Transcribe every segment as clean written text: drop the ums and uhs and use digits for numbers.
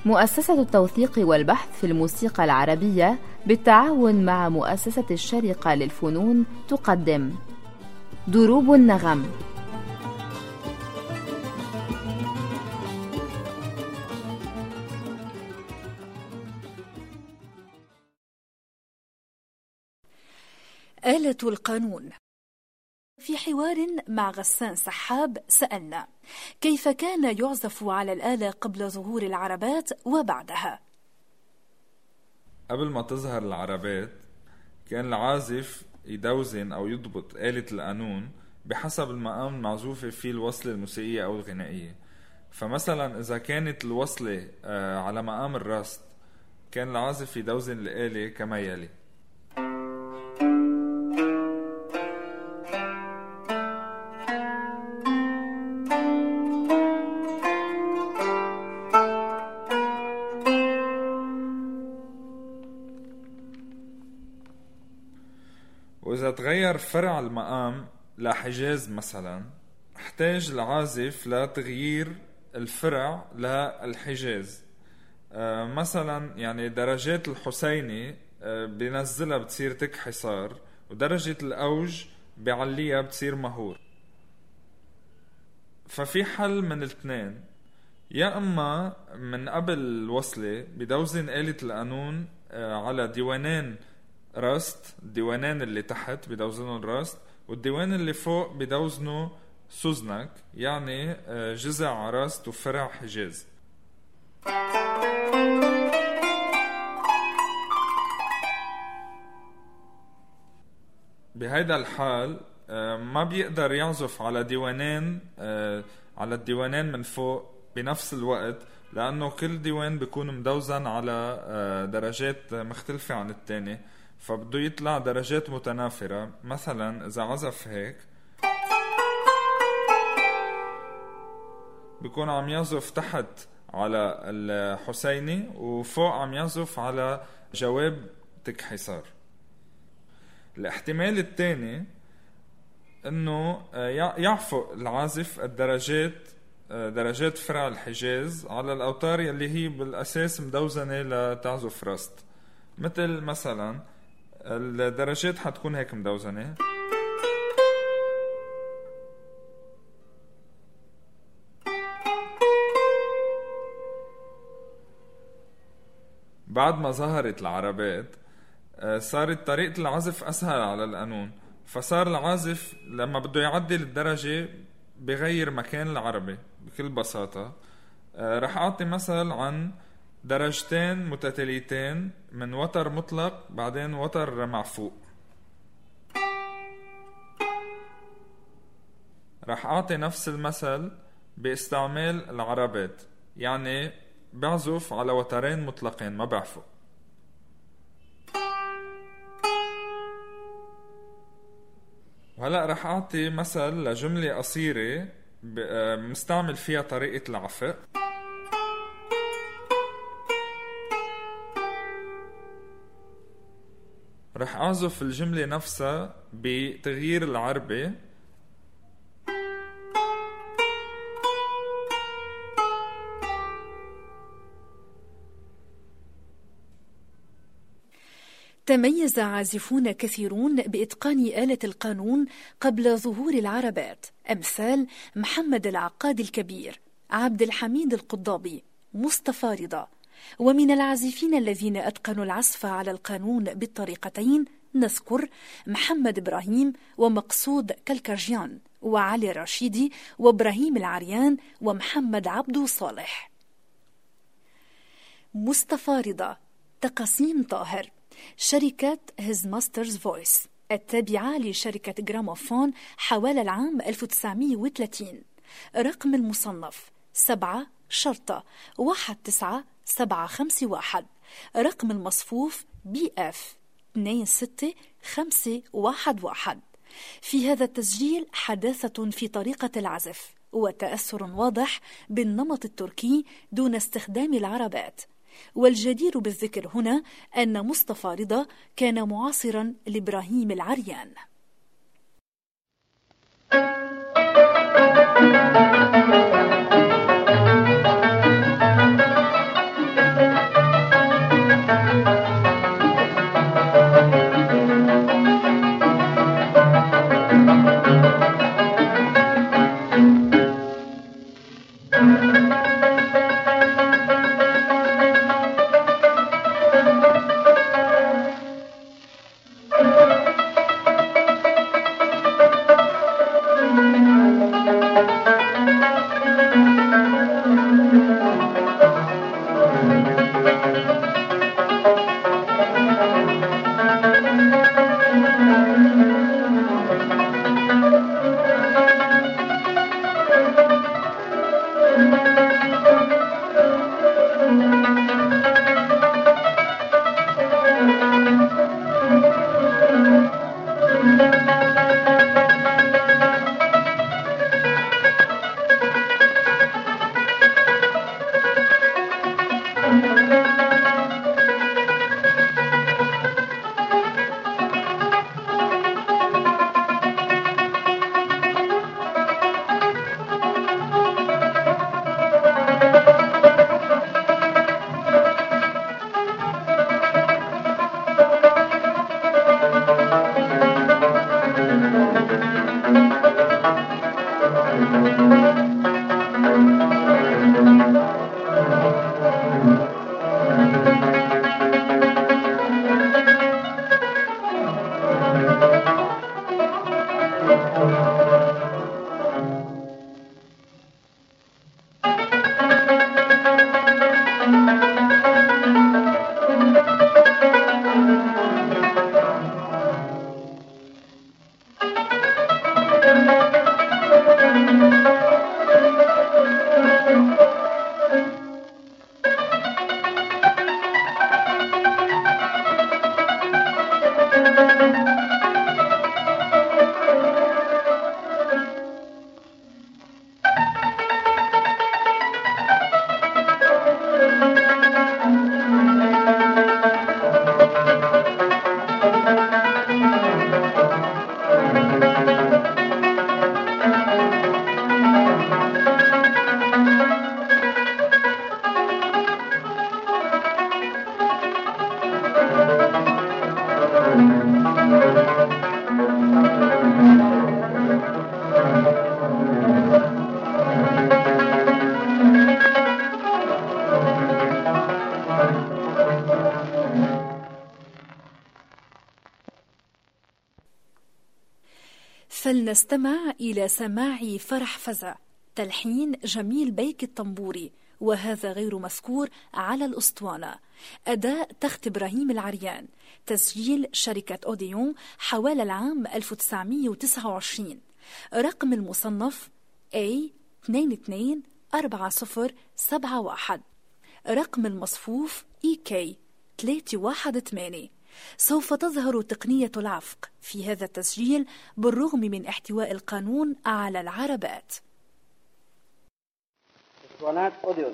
مؤسسة التوثيق والبحث في الموسيقى العربية بالتعاون مع مؤسسة الشارقة للفنون تقدم دروب النغم. آلة القانون. في حوار مع غسان سحاب سألنا كيف كان يعزف على الآلة قبل ظهور العربات وبعدها. قبل ما تظهر العربات كان العازف يدوزن أو يضبط آلة القانون بحسب المقام المعزوفة فيه الوصلة الموسيقية أو الغنائية. فمثلا إذا كانت الوصلة على مقام الراست كان العازف يدوزن الآلة كما يلي. وإذا تغير فرع المقام لحجاز مثلا احتاج العازف لتغيير الفرع للحجاز. مثلا يعني درجات الحسيني بنزلها بتصير تك حصار، ودرجة الأوج بعليها بتصير مهور. ففي حل من الاثنين، يا اما من قبل الوصلة بدوزن آلة القانون على ديوانين راست، الديوانين اللي تحت بدوزنوا الراست، والديوان اللي فوق بدوزنوا سوزنك، يعني جزع راست وفرع حجاز. بهيدا الحال ما بيقدر يعزف على الديوانين من فوق بنفس الوقت، لأنه كل ديوان بيكون مدوزن على درجات مختلفة عن التاني، فبده يطلع درجات متنافرة. مثلا إذا عزف هيك بيكون عم يعزف تحت على الحسيني وفوق عم يعزف على جواب تك حصار. الاحتمال الثاني انه يعفق العازف درجات فرع الحجاز على الاوتار اللي هي بالاساس مدوزنه لتعزف راست. مثلا الدرجات حتكون هيك مدوزنه، بعد ما ظهرت العربات صارت طريقة العزف أسهل على القانون، فصار العازف لما بده يعدل الدرجة بغير مكان العربة بكل بساطة. رح أعطي مثل عن درجتين متتاليتين من وتر مطلق بعدين وتر معفوق. رح أعطي نفس المثل باستعمال العربات، يعني بعزف على وترين مطلقين ما بعفق. وهلأ رح أعطي مثل لجملة قصيرة مستعمل فيها طريقة العفق. رح أعزف الجملة نفسها بتغيير العربة، تميز عازفون كثيرون بإتقان آلة القانون قبل ظهور العربات، أمثال محمد العقاد الكبير، عبد الحميد القضابي، مصطفى رضا. ومن العازفين الذين أتقنوا العزف على القانون بالطريقتين نذكر محمد إبراهيم ومقصود كالكرجيان وعلي رشيدي وإبراهيم العريان ومحمد عبدو صالح. مصطفى رضا تقاسيم طاهر، شركة His Master's Voice التابعة لشركة جراموفون حوالي العام 1930. رقم المصنف 7*19751. رقم المصفوف BF 26511. في هذا التسجيل حداثة في طريقة العزف وتأثر واضح بالنمط التركي دون استخدام العربات. والجدير بالذكر هنا أن مصطفى رضا كان معاصرا لإبراهيم العريان. فلنستمع إلى سماع فرح فزع، تلحين جميل بيك الطنبوري، وهذا غير مذكور على الأسطوانة. أداء تخت إبراهيم العريان، تسجيل شركة أوديون حوالي العام 1929. رقم المصنف A224071، رقم المصفوف EK318. سوف تظهر تقنية العفق في هذا التسجيل بالرغم من احتواء القانون على العربات. اسطوانات أوديون.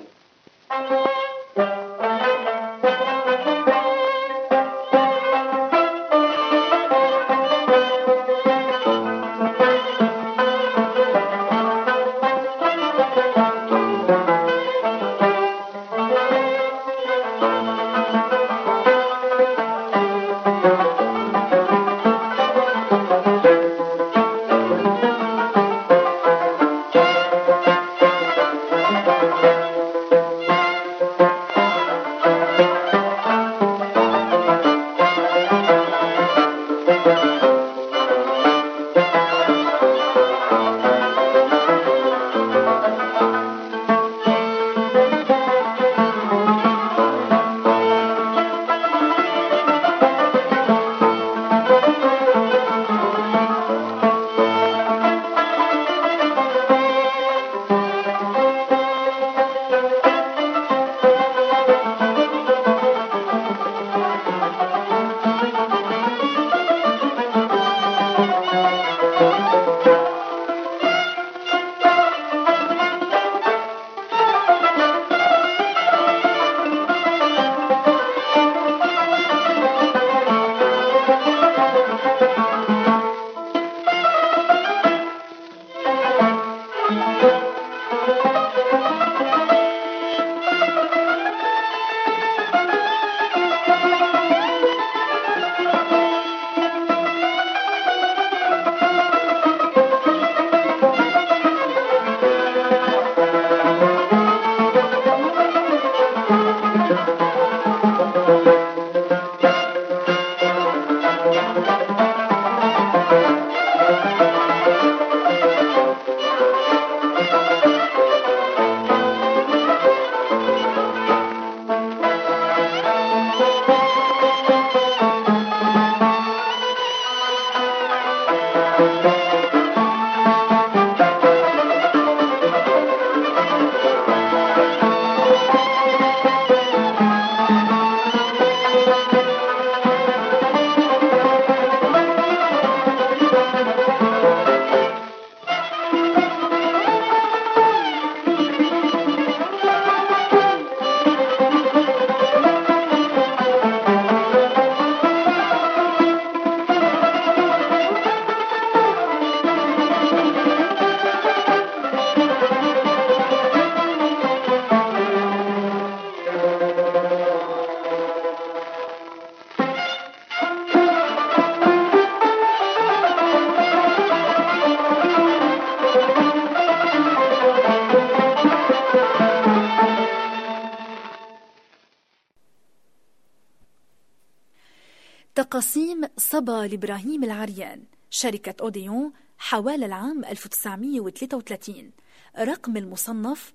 تقاسيم صبا لإبراهيم العريان، شركة أوديون، حوالي العام 1933. رقم المصنف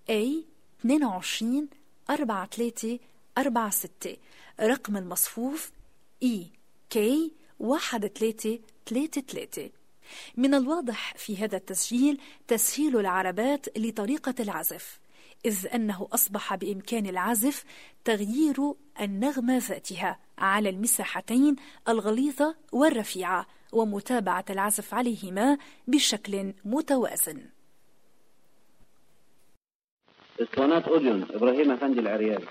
A224346. رقم المصفوف EK1333. من الواضح في هذا التسجيل تسهيل العربات لطريقة العزف، إذ أنه أصبح بإمكان العازف تغيير النغمة ذاتها على المساحتين الغليظة والرفيعة، ومتابعة العزف عليهما بشكل متوازن. اسطوانات أوديون إبراهيم أفندي العريان.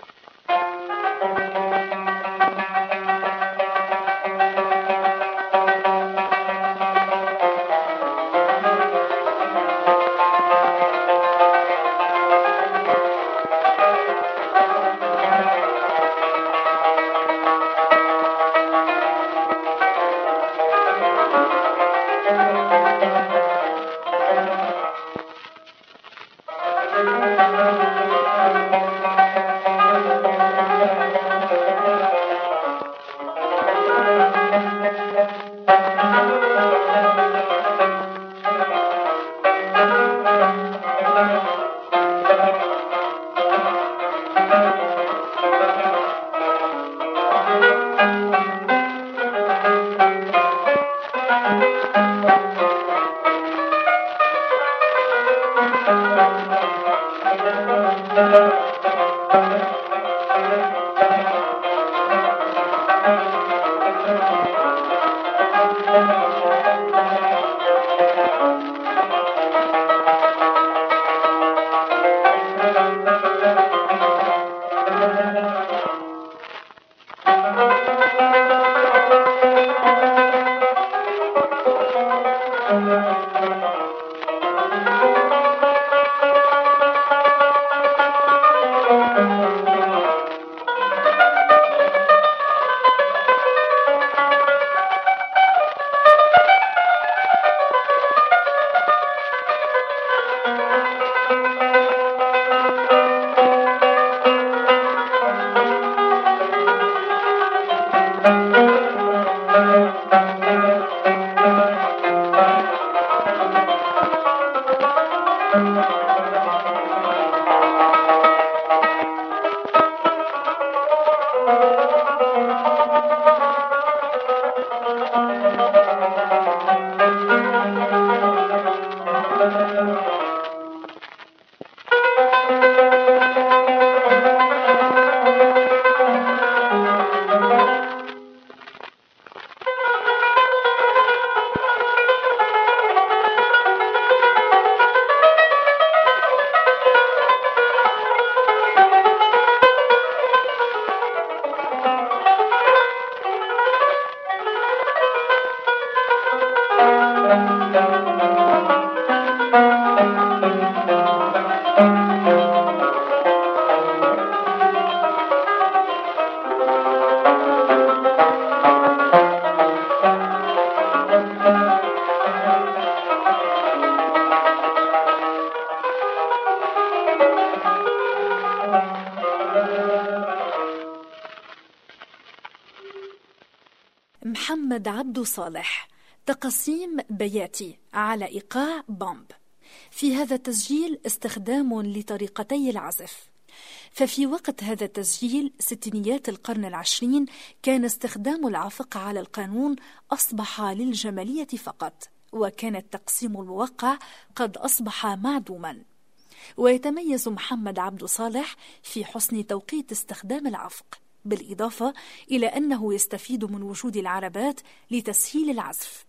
محمد عبد صالح، تقسيم بياتي على إيقاع بامب. في هذا التسجيل استخدام لطريقتي العزف. ففي وقت هذا التسجيل ستينيات القرن العشرين كان استخدام العفق على القانون أصبح للجمالية فقط، وكان التقسيم الموقع قد أصبح معدوما. ويتميز محمد عبد صالح في حسن توقيت استخدام العفق، بالإضافة إلى أنه يستفيد من وجود العربات لتسهيل العزف.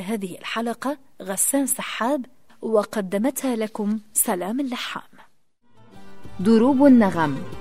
هذه الحلقة غسان سحاب، وقدمتها لكم سلام اللحام. دروب النغم